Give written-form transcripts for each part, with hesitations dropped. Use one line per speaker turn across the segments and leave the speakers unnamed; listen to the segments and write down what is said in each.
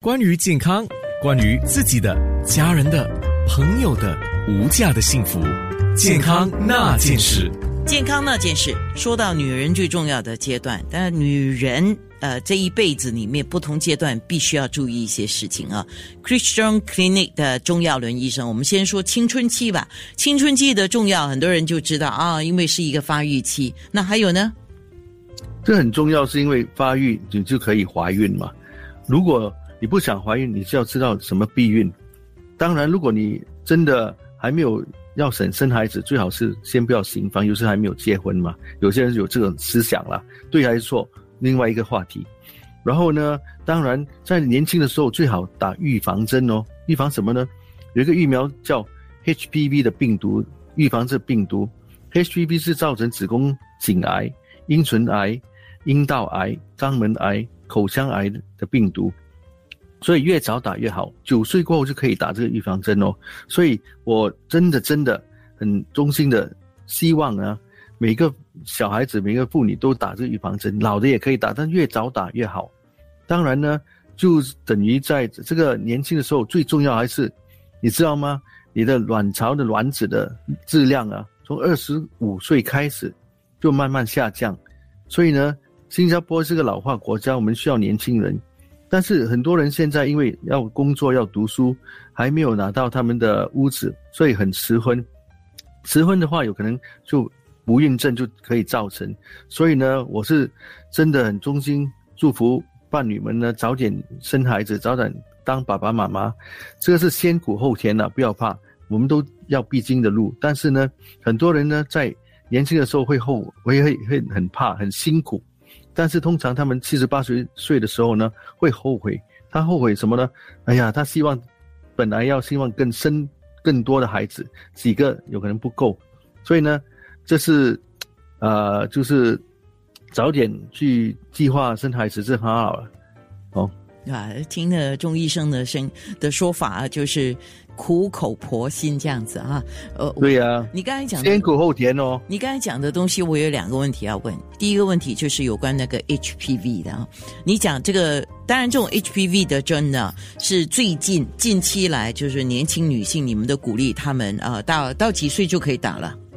关于健康，关于自己的、家人的、朋友的无价的幸福。健康那件事。
健康那件事，说到女人最重要的阶段，但女人这一辈子里面不同阶段必须要注意一些事情啊。Christian Clinic 的钟耀伦医生，我们先说青春期吧。青春期的重要，很多人就知道啊，因为是一个发育期。那还有呢？
这很重要，是因为发育你就可以怀孕嘛。如果你不想怀孕，你就要知道什么避孕。当然，如果你真的还没有要生孩子，最好是先不要行房，有时还没有结婚嘛。有些人有这种思想啦，对还是错，另外一个话题。然后呢，当然在年轻的时候最好打预防针哦。预防什么呢？有一个疫苗叫 HPV 的病毒，预防这病毒。HPV 是造成子宫颈癌、阴唇癌、阴道癌、肛门癌、口腔癌的病毒。所以越早打越好，9岁过后就可以打这个预防针哦。所以我真的很衷心的希望啊，每个小孩子每个妇女都打这个预防针，老的也可以打，但越早打越好。当然呢，就等于在这个年轻的时候，最重要还是你知道吗？你的卵巢的卵子的质量啊，从25岁开始就慢慢下降。所以呢，新加坡是个老化国家，我们需要年轻人。但是很多人现在因为要工作要读书，还没有拿到他们的屋子，所以很迟婚。迟婚的话有可能就不孕症就可以造成。所以呢，我是真的很衷心祝福伴侣们呢，早点生孩子，早点当爸爸妈妈。这个是先苦后甜啊，不要怕，我们都要必经的路。但是呢，很多人呢在年轻的时候会很怕很辛苦。但是通常他们78岁的时候呢，会后悔。他后悔什么呢？哎呀，他希望更生更多的孩子，几个有可能不够。所以呢，这是就是早点去计划生孩子是很好了。哦，
听了钟医生的说法，就是苦口婆心这样子啊。
对啊，
你刚才讲的
先苦后甜哦。
你刚才讲的东西，我有2个问题要问。第一个问题就是有关那个 HPV 的啊。你讲这个，当然这种 HPV 的针呢，是最近期来就是年轻女性，你们的鼓励他们到几岁就可以打了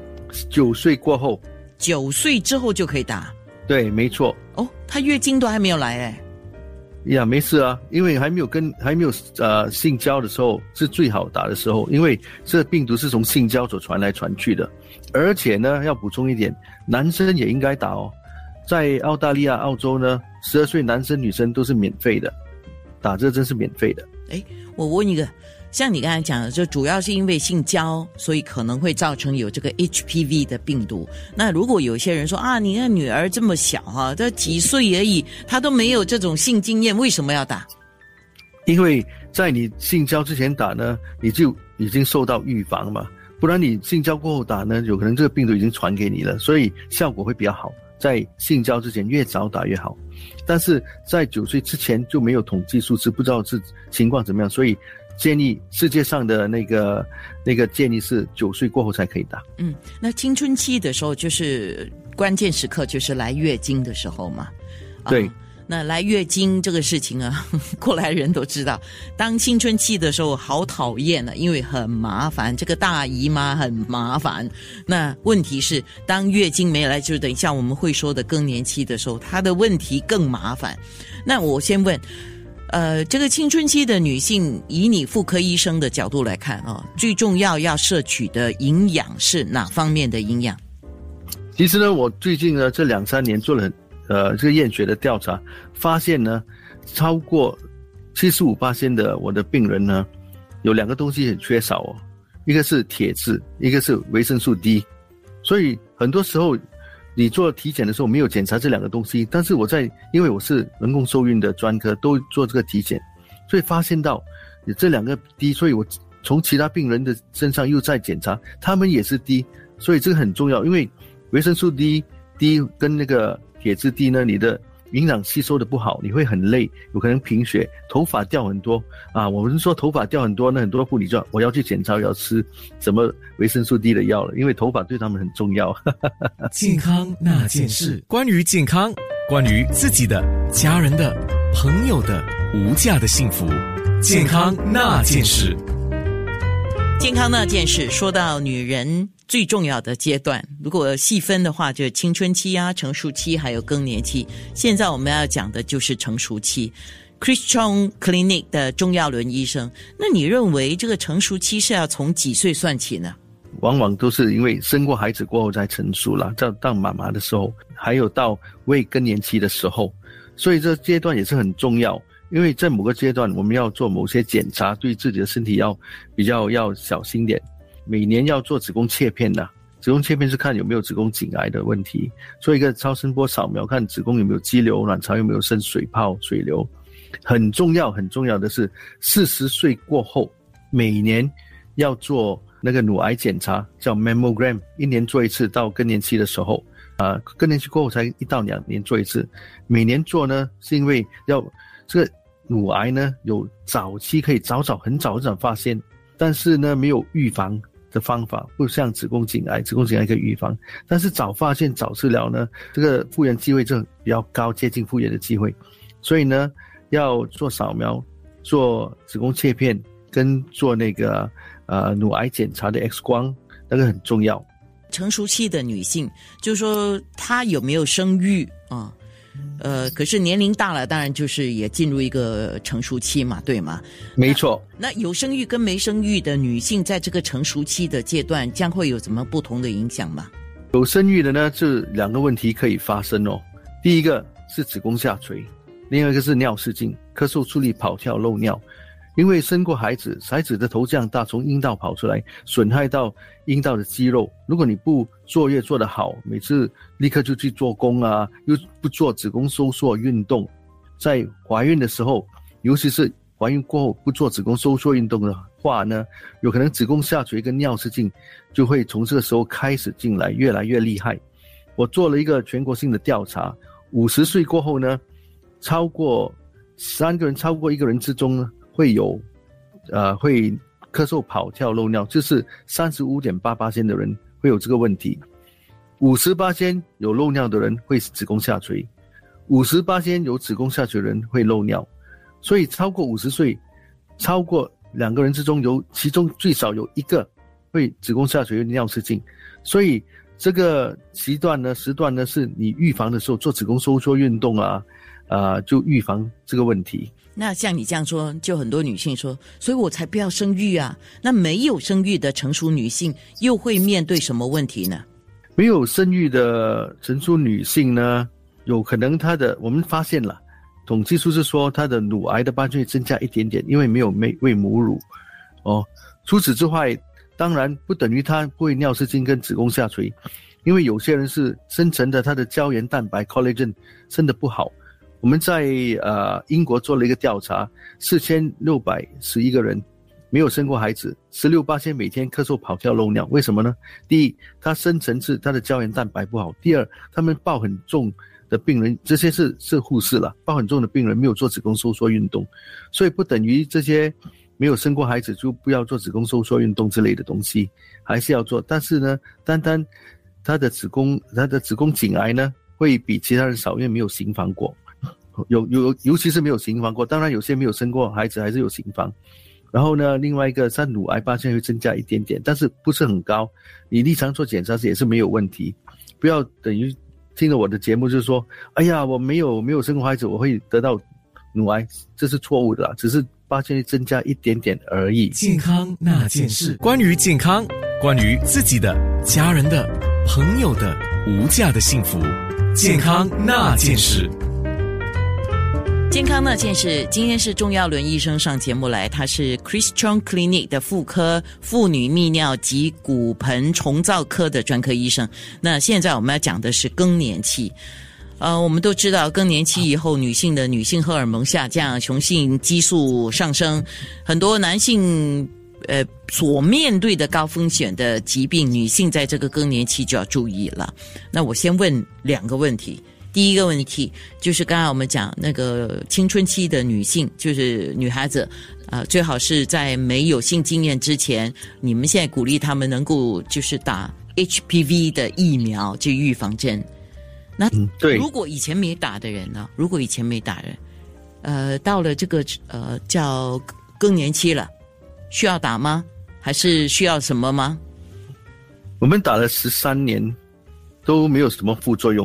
？9岁过后。
9岁之后就可以打？对，
没错。
哦，她月经都还没有来哎。
呀，没事啊，因为还没有性交的时候是最好打的时候，因为这病毒是从性交所传来传去的。而且呢，要补充一点，男生也应该打哦。在澳大利亚、澳洲呢，12岁男生女生都是免费的，打这针是免费的。
我问一个，像你刚才讲的，就主要是因为性交，所以可能会造成有这个 HPV 的病毒。那如果有些人说啊，你的女儿这么小啊，这几岁而已，她都没有这种性经验，为什么要打？
因为在你性交之前打呢，你就已经受到预防嘛，不然你性交过后打呢，有可能这个病毒已经传给你了，所以效果会比较好。在性交之前越早打越好，但是在9岁之前就没有统计数字，不知道是情况怎么样，所以建议世界上的那个建议是9岁过后才可以打。
那青春期的时候就是关键时刻，就是来月经的时候嘛。
对。
那来月经这个事情啊，过来人都知道，当青春期的时候好讨厌啊，因为很麻烦，这个大姨妈很麻烦。那问题是，当月经没来，就等一下我们会说的更年期的时候，它的问题更麻烦。那我先问，这个青春期的女性，以你妇科医生的角度来看啊，最重要摄取的营养是哪方面的营养？
其实呢，我最近呢这2-3年做了这个验血的调查，发现呢，超过75% 的我的病人呢，有2个东西很缺少哦，一个是铁质，一个是维生素 D。所以很多时候你做体检的时候没有检查这2个东西，但是因为我是人工受孕的专科，都做这个体检，所以发现到有这2个 D， 所以我从其他病人的身上又在检查，他们也是 D， 所以这个很重要，因为维生素 D 跟那个铁质 D 呢，你的营养吸收的不好，你会很累，有可能贫血，头发掉很多啊。我们说头发掉很多呢，很多妇女说我要去检查，要吃什么维生素 D 的药了，因为头发对他们很重要。
健康那件事，关于健康，关于自己的、家人的、朋友的无价的幸福。健康那件事。
健康那件事，说到女人最重要的阶段，如果细分的话，就是青春期啊、成熟期还有更年期。现在我们要讲的就是成熟期。Chris Chong Clinic 的钟耀伦医生，那你认为这个成熟期是要从几岁算起呢？
往往都是因为生过孩子过后才成熟了，到妈妈的时候，还有到未更年期的时候，所以这阶段也是很重要。因为在某个阶段我们要做某些检查，对自己的身体要比较要小心点。每年要做子宫切片的，子宫切片是看有没有子宫颈癌的问题，做一个超声波扫描，看子宫有没有肌瘤，卵巢有没有生水泡水流。很重要的是40岁过后每年要做那个乳癌检查，叫 mammogram， 1年做一次，到更年期的时候更年期过后才1到2年做一次。每年做呢是因为要这个乳癌呢有早期可以很早发现，但是呢没有预防的方法，不像子宫颈癌可以预防，但是早发现早治疗呢，这个复原机会就比较高，接近复原的机会。所以呢要做扫描，做子宫切片，跟做那个乳癌检查的 X 光，那个很重要。
成熟期的女性，就是说她有没有生育啊？可是年龄大了，当然就是也进入一个成熟期嘛，对吗？
没错。
那有生育跟没生育的女性，在这个成熟期的阶段，将会有什么不同的影响吗？
有生育的呢，这2个问题可以发生哦。第一个是子宫下垂，另外一个是尿失禁、咳嗽出力、跑跳、漏尿。因为生过孩子的头这样大，从阴道跑出来，损害到阴道的肌肉。如果你不坐月做得好，每次立刻就去做工啊，又不做子宫收缩运动，在怀孕的时候，尤其是怀孕过后不做子宫收缩运动的话呢，有可能子宫下垂跟尿失禁就会从这个时候开始进来，越来越厉害。我做了一个全国性的调查，50岁过后呢，超过1个人之中呢，会咳嗽、跑跳、漏尿，就是 35.8% 的人会有这个问题。50% 有漏尿的人会子宫下垂， 50% 有子宫下垂的人会漏尿。所以超过50岁，超过2个人之中其中最少有1个会子宫下垂、尿失禁。所以这个时段呢是你预防的时候做子宫收缩运动就预防这个问题。
那像你这样说，就很多女性说，所以我才不要生育啊。那没有生育的成熟女性又会面对什么问题呢？
没有生育的成熟女性呢，有可能我们发现了，统计数是说她的乳癌的发生率增加一点点，因为没有喂母乳哦。除此之外，当然不等于她不会尿失禁跟子宫下垂，因为有些人是生成的她的胶原蛋白 collagen 生得不好。我们在英国做了一个调查，4611个人没有生过孩子，16% 每天咳嗽、跑跳、漏尿。为什么呢？第一，他生成是他的胶原蛋白不好；第二，他们抱很重的病人，这些是护士了，抱很重的病人没有做子宫收缩运动，所以不等于这些没有生过孩子就不要做子宫收缩运动之类的东西，还是要做。但是呢，单单他的子宫颈癌呢，会比其他人少，因为没有行房过。尤其是没有行房过，当然有些没有生过孩子还是有行房。然后呢，另外一个乳癌发现会增加一点点，但是不是很高，你日常做检查也是没有问题。不要等于听了我的节目就是说，哎呀，我没有生过孩子我会得到乳癌，这是错误的啦，只是发现率增加一点点而已。
健康那件事，关于健康，关于自己的、家人的、朋友的无价的幸福。健康那件事。
健康那件事，今天是钟耀伦医生上节目来，他是 Chris Chong Clinic 的妇科妇女泌尿及骨盆重造科的专科医生。那现在我们要讲的是更年期。我们都知道更年期以后女性荷尔蒙下降，雄性激素上升，很多男性所面对的高风险的疾病，女性在这个更年期就要注意了。那我先问2个问题。第一个问题就是刚才我们讲那个青春期的女性，就是女孩子最好是在没有性经验之前，你们现在鼓励她们能够就是打 HPV 的疫苗，就预防针。那
对，
如果以前没打的人呢？ 到了这个叫更年期了，需要打吗？还是需要什么吗？
我们打了13年都没有什么副作用，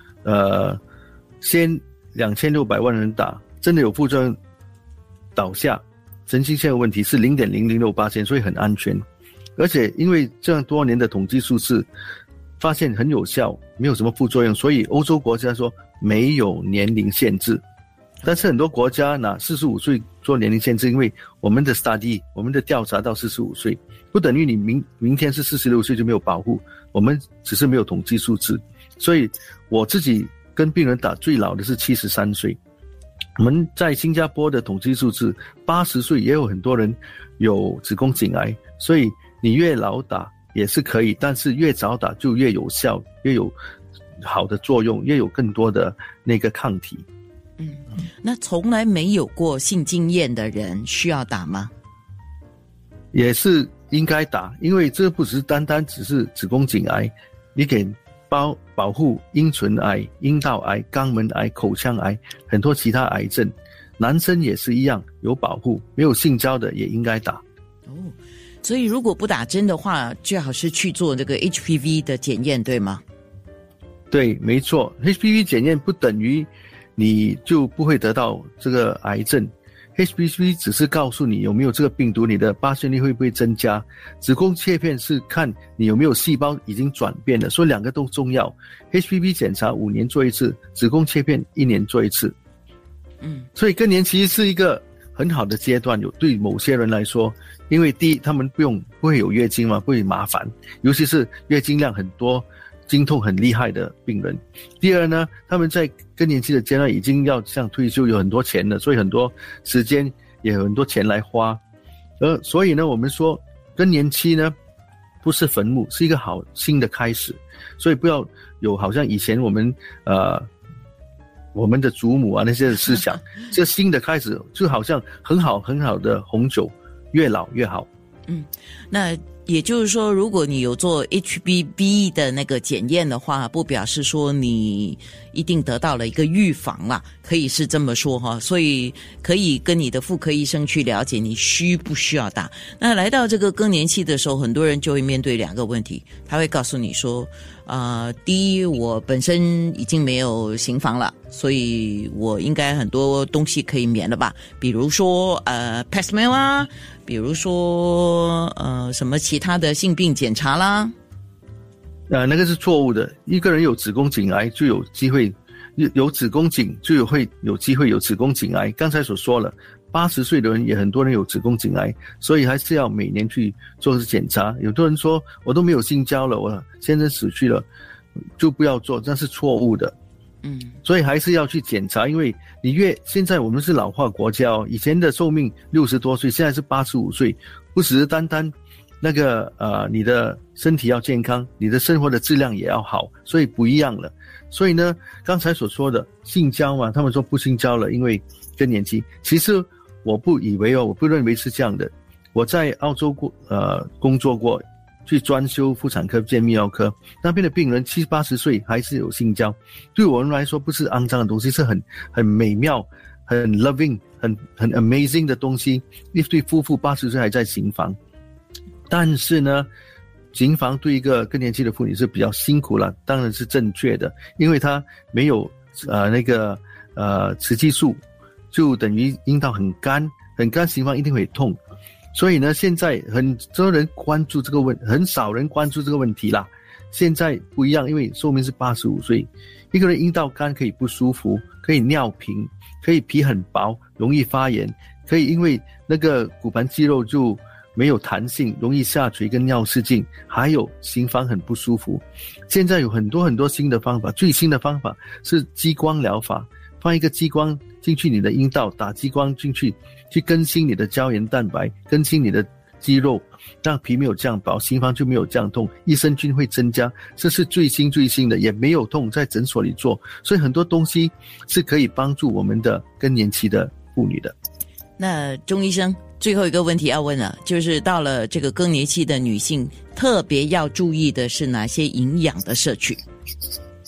先2600万人打，真的有副作用倒下神经线的问题是 0.006%， 所以很安全。而且因为这样多年的统计数字发现很有效，没有什么副作用，所以欧洲国家说没有年龄限制。但是很多国家拿45岁做年龄限制，因为我们的 study 我们的调查到45岁，不等于你明天是46岁就没有保护，我们只是没有统计数字。所以我自己跟病人打最老的是73岁。我们在新加坡的统计数字80岁也有很多人有子宫颈癌，所以你越老打也是可以，但是越早打就越有效，越有好的作用，越有更多的那个抗体。
那从来没有过性经验的人需要打吗？
也是应该打，因为这不只是单单只是子宫颈癌，你给保护阴唇癌、阴道癌、肛门癌、口腔癌，很多其他癌症，男生也是一样有保护，没有性交的也应该打。
所以如果不打针的话，最好是去做这个 HPV 的检验，对吗？
对，没错， HPV 检验不等于你就不会得到这个癌症， HPV 只是告诉你有没有这个病毒，你的发现率会不会增加。子宫切片是看你有没有细胞已经转变了，所以两个都重要。 HPV 检查5年做一次，子宫切片1年做一次。所以更年期是一个很好的阶段，有对某些人来说，因为第一他们不会有月经嘛，不会麻烦，尤其是月经量很多经痛很厉害的病人。第二呢，他们在更年期的阶段已经要像退休，有很多钱了，所以很多时间也有很多钱来花。所以呢，我们说更年期呢不是坟墓，是一个好新的开始。所以不要有好像以前我们的祖母啊那些的思想，这新的开始就好像很好的红酒，越老越好。
那也就是说，如果你有做 HPV 的那个检验的话，不表示说你一定得到了一个预防啦，可以是这么说哈。所以可以跟你的妇科医生去了解你需不需要打。那来到这个更年期的时候，很多人就会面对2个问题，他会告诉你说第一，我本身已经没有行房了，所以我应该很多东西可以免了吧，比如说Pap smear 啊，比如说什么其他的性病检查啦。
那个是错误的。一个人有子宫颈癌就有机会有子宫颈，就会有机会有子宫颈癌。刚才所说了，80岁的人也很多人有子宫颈癌，所以还是要每年去做检查。有的人说我都没有性交了，我先生死去了，就不要做，那是错误的。所以还是要去检查，因为现在我们是老化国家哦，以前的寿命60多岁，现在是85岁，不只是单单那个你的身体要健康，你的生活的质量也要好，所以不一样了。所以呢，刚才所说的性交嘛，他们说不性交了，因为更年期。其实我不认为是这样的。我在澳洲工作过，去专修妇产科兼泌尿科，那边的病人70、80岁还是有性交，对我们来说不是肮脏的东西，是很美妙、很 loving、很 amazing 的东西。一对夫妇80岁还在行房，但是呢，行房对一个更年期的妇女是比较辛苦了，当然是正确的，因为她没有雌激素，就等于阴道很干，行房一定会痛。所以呢，现在很多人关注这个很少人关注这个问题啦。现在不一样，因为寿命是85岁，一个人阴道干可以不舒服，可以尿频，可以皮很薄，容易发炎，可以因为那个骨盘肌肉就没有弹性，容易下垂跟尿失禁，还有行房很不舒服。现在有很多新的方法，最新的方法是激光疗法，放一个激光进去你的阴道，打激光进去，去更新你的胶原蛋白，更新你的肌肉，让皮没有这样薄，行房就没有这样痛，益生菌会增加，这是最新的，也没有痛，在诊所里做。所以很多东西是可以帮助我们的更年期的妇女的。
那钟医生，最后一个问题要问了，就是到了这个更年期的女性，特别要注意的是哪些营养的摄取？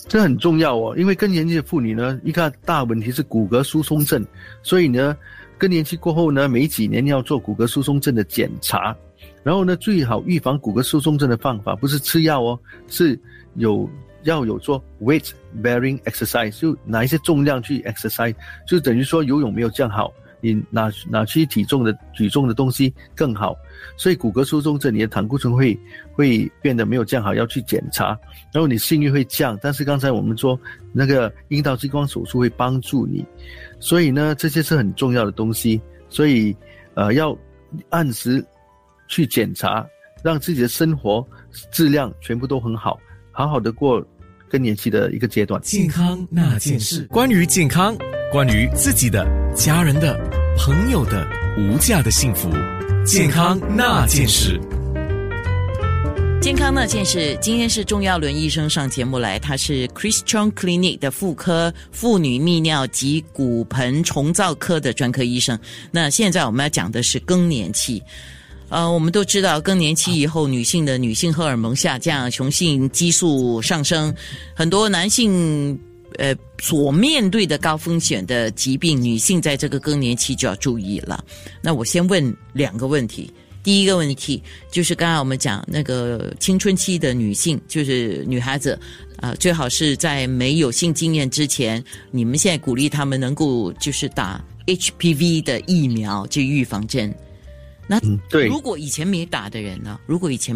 这很重要哦，因为更年期的妇女呢，一个大问题是骨骼疏松症，所以呢，更年期过后呢，每几年要做骨骼疏松症的检查。然后呢，最好预防骨骼疏松症的方法不是吃药哦，是要有做 weight bearing exercise， 就拿一些重量去 exercise， 就等于说游泳没有这样好，你拿去举重的东西更好。所以骨骼疏松症你的胆固醇会变得没有这样好，要去检查。然后你性欲会降，但是刚才我们说那个阴道激光手术会帮助你，所以呢这些是很重要的东西。所以要按时去检查，让自己的生活质量全部都很好，好好的过更年期的一个阶段。
健康那件事，关于健康，关于自己的、家人的、朋友的无价的幸福。健康那件事，
健康那件事，今天是钟耀伦医生上节目来，他是 Christian Clinic 的妇科妇女泌尿及骨盆重造科的专科医生。那现在我们要讲的是更年期。我们都知道更年期以后女性荷尔蒙下降，雄性激素上升，很多男性所面对的高风险的疾病，女性在这个更年期就要注意了。那我先问2个问题。第一个问题就是刚才我们讲那个青春期的女性，就是女孩子最好是在没有性经验之前，你们现在鼓励她们能够就是打 HPV 的疫苗，就预防针。那
对，
如果以前没打的人呢？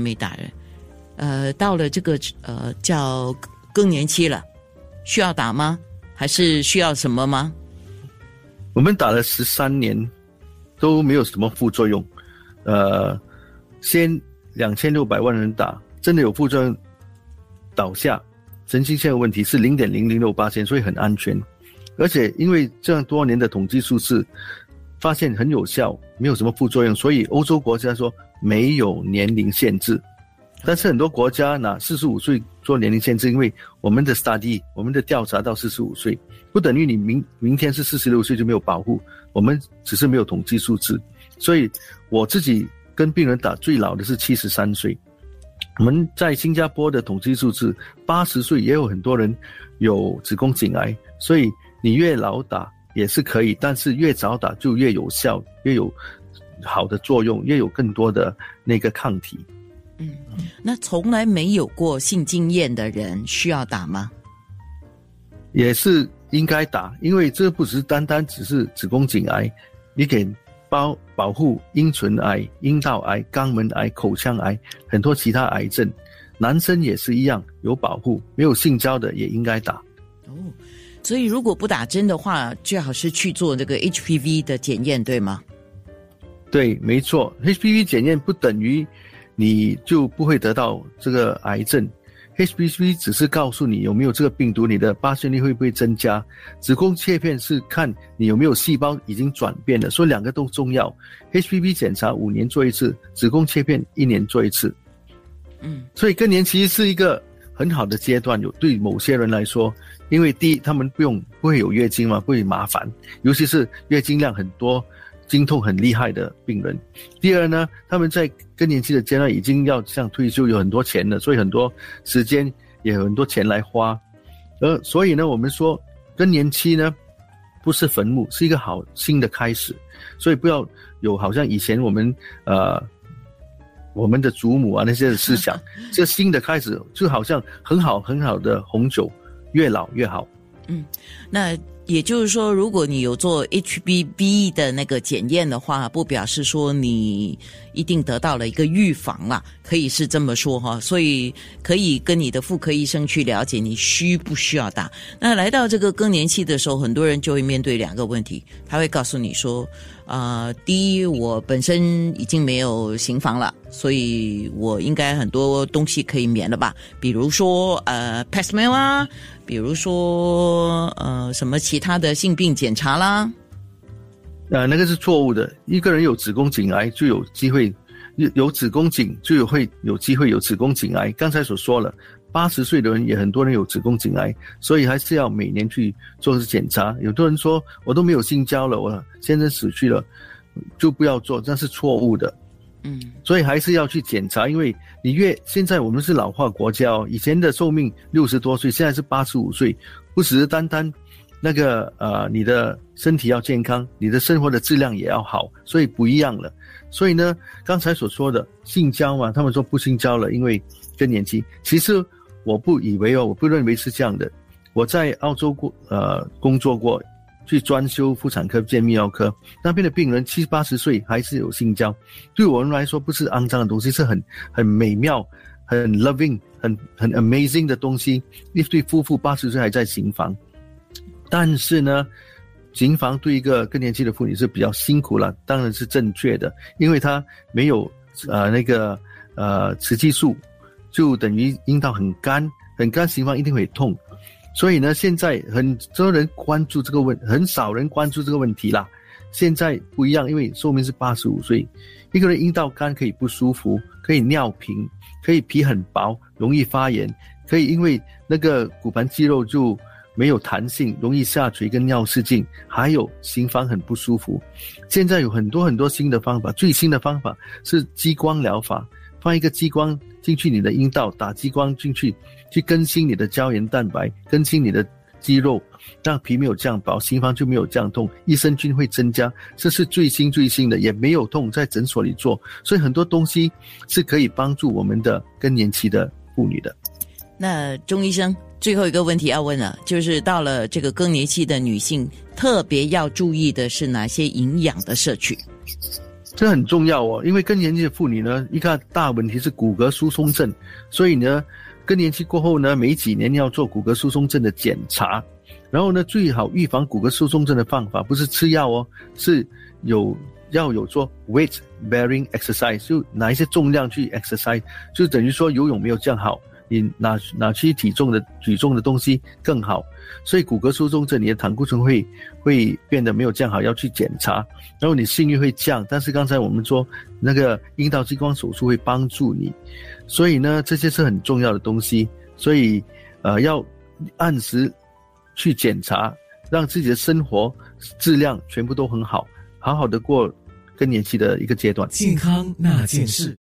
到了这个叫更年期了，需要打吗？还是需要什么吗？
我们打了13年都没有什么副作用。先2600万人打，真的有副作用倒下，神经线的问题是 0.006%， 所以很安全。而且因为这样多年的统计数字发现很有效，没有什么副作用，所以欧洲国家说没有年龄限制。但是很多国家拿45岁做年龄限制，因为我们的 study 我们的调查到45岁，不等于你明天是46岁就没有保护，我们只是没有统计数字。所以我自己跟病人打最老的是73岁。我们在新加坡的统计数字80岁也有很多人有子宫颈癌，所以你越老打也是可以，但是越早打就越有效，越有好的作用，越有更多的那个抗体。
那从来没有过性经验的人需要打吗？
也是应该打，因为这不单单只是子宫颈癌，你给保护阴唇癌、阴道癌、肛门癌、口腔癌，很多其他癌症。男生也是一样有保护，没有性交的也应该打。
所以如果不打针的话，最好是去做这个 HPV 的检验，对吗？
对，没错。HPV 检验不等于你就不会得到这个癌症， HPV 只是告诉你有没有这个病毒，你的发现率会不会增加。子宫切片是看你有没有细胞已经转变了，所以2个都重要。HPV 检查5年做一次，子宫切片1年做一次。所以更年期是一个很好的阶段，对某些人来说，因为第一他们不会有月经嘛，不会麻烦，尤其是月经量很多、经痛很厉害的病人。第二呢，他们在更年期的阶段已经要像退休，有很多钱了，所以很多时间也有很多钱来花。所以呢，我们说更年期呢不是坟墓，是一个好新的开始。所以不要有好像以前我们的祖母啊那些的思想，这新的开始就好像很好的红酒，越老越好。
那也就是说，如果你有做 HPV 的那个检验的话，不表示说你一定得到了一个预防啦，可以是这么说哈。所以可以跟你的妇科医生去了解你需不需要打。那来到这个更年期的时候，很多人就会面对2个问题，他会告诉你说第一，我本身已经没有行房了，所以我应该很多东西可以免了吧，比如说Pap smear 啊，比如说什么其他的性病检查啦。
那个是错误的。一个人有子宫颈癌就有机会有子宫颈，就会有机会有子宫颈癌。刚才所说了，80岁的人也很多人有子宫颈癌，所以还是要每年去做检查。有的人说我都没有性交了，我先生死去了，就不要做，这是错误的。 所以还是要去检查，因为现在我们是老化国家哦，以前的寿命60多岁，现在是85岁，不只是单单那个你的身体要健康，你的生活的质量也要好，所以不一样了。所以呢，刚才所说的性交嘛，他们说不性交了，因为更年期。其实我不认为是这样的。我在澳洲工作过，去专修妇产科兼泌尿科，那边的病人70、80岁还是有性交，对我们来说不是肮脏的东西，是很美妙、很 loving、很 amazing 的东西。一对夫妇80岁还在行房，但是呢，行房对一个更年期的妇女是比较辛苦了，当然是正确的，因为她没有雌激素，就等于阴道很干，行房一定会痛。所以呢，现在很多人关注这个很少人关注这个问题啦。现在不一样，因为寿命是85岁，一个人阴道干可以不舒服，可以尿频，可以皮很薄，容易发炎，可以因为那个骨盘肌肉就没有弹性，容易下垂跟尿失禁，还有行房很不舒服。现在有很多新的方法，最新的方法是激光疗法，放一个激光进去你的阴道，打激光进去，去更新你的胶原蛋白，更新你的肌肉，让皮没有这样薄，行房就没有这样痛，益生菌会增加，这是最新的，也没有痛，在诊所里做。所以很多东西是可以帮助我们的更年期的妇女的。
那钟医生，最后一个问题要问了，就是到了这个更年期的女性，特别要注意的是哪些营养的摄取？
这很重要哦，因为更年期的妇女呢，一个大问题是骨骼疏松症，所以呢，更年期过后呢，每几年要做骨骼疏松症的检查。然后呢，最好预防骨骼疏松症的方法不是吃药哦，是要有做 weight bearing exercise， 就拿一些重量去 exercise， 就等于说游泳没有这样好，你拿去举重的东西更好。所以骨骼疏松症，你的胆固醇会变得没有这样好，要去检查。然后你性欲会降，但是刚才我们说那个阴道激光手术会帮助你，所以呢，这些是很重要的东西。所以要按时去检查，让自己的生活质量全部都很好，好好的过更年期的一个阶段。
健康那件事。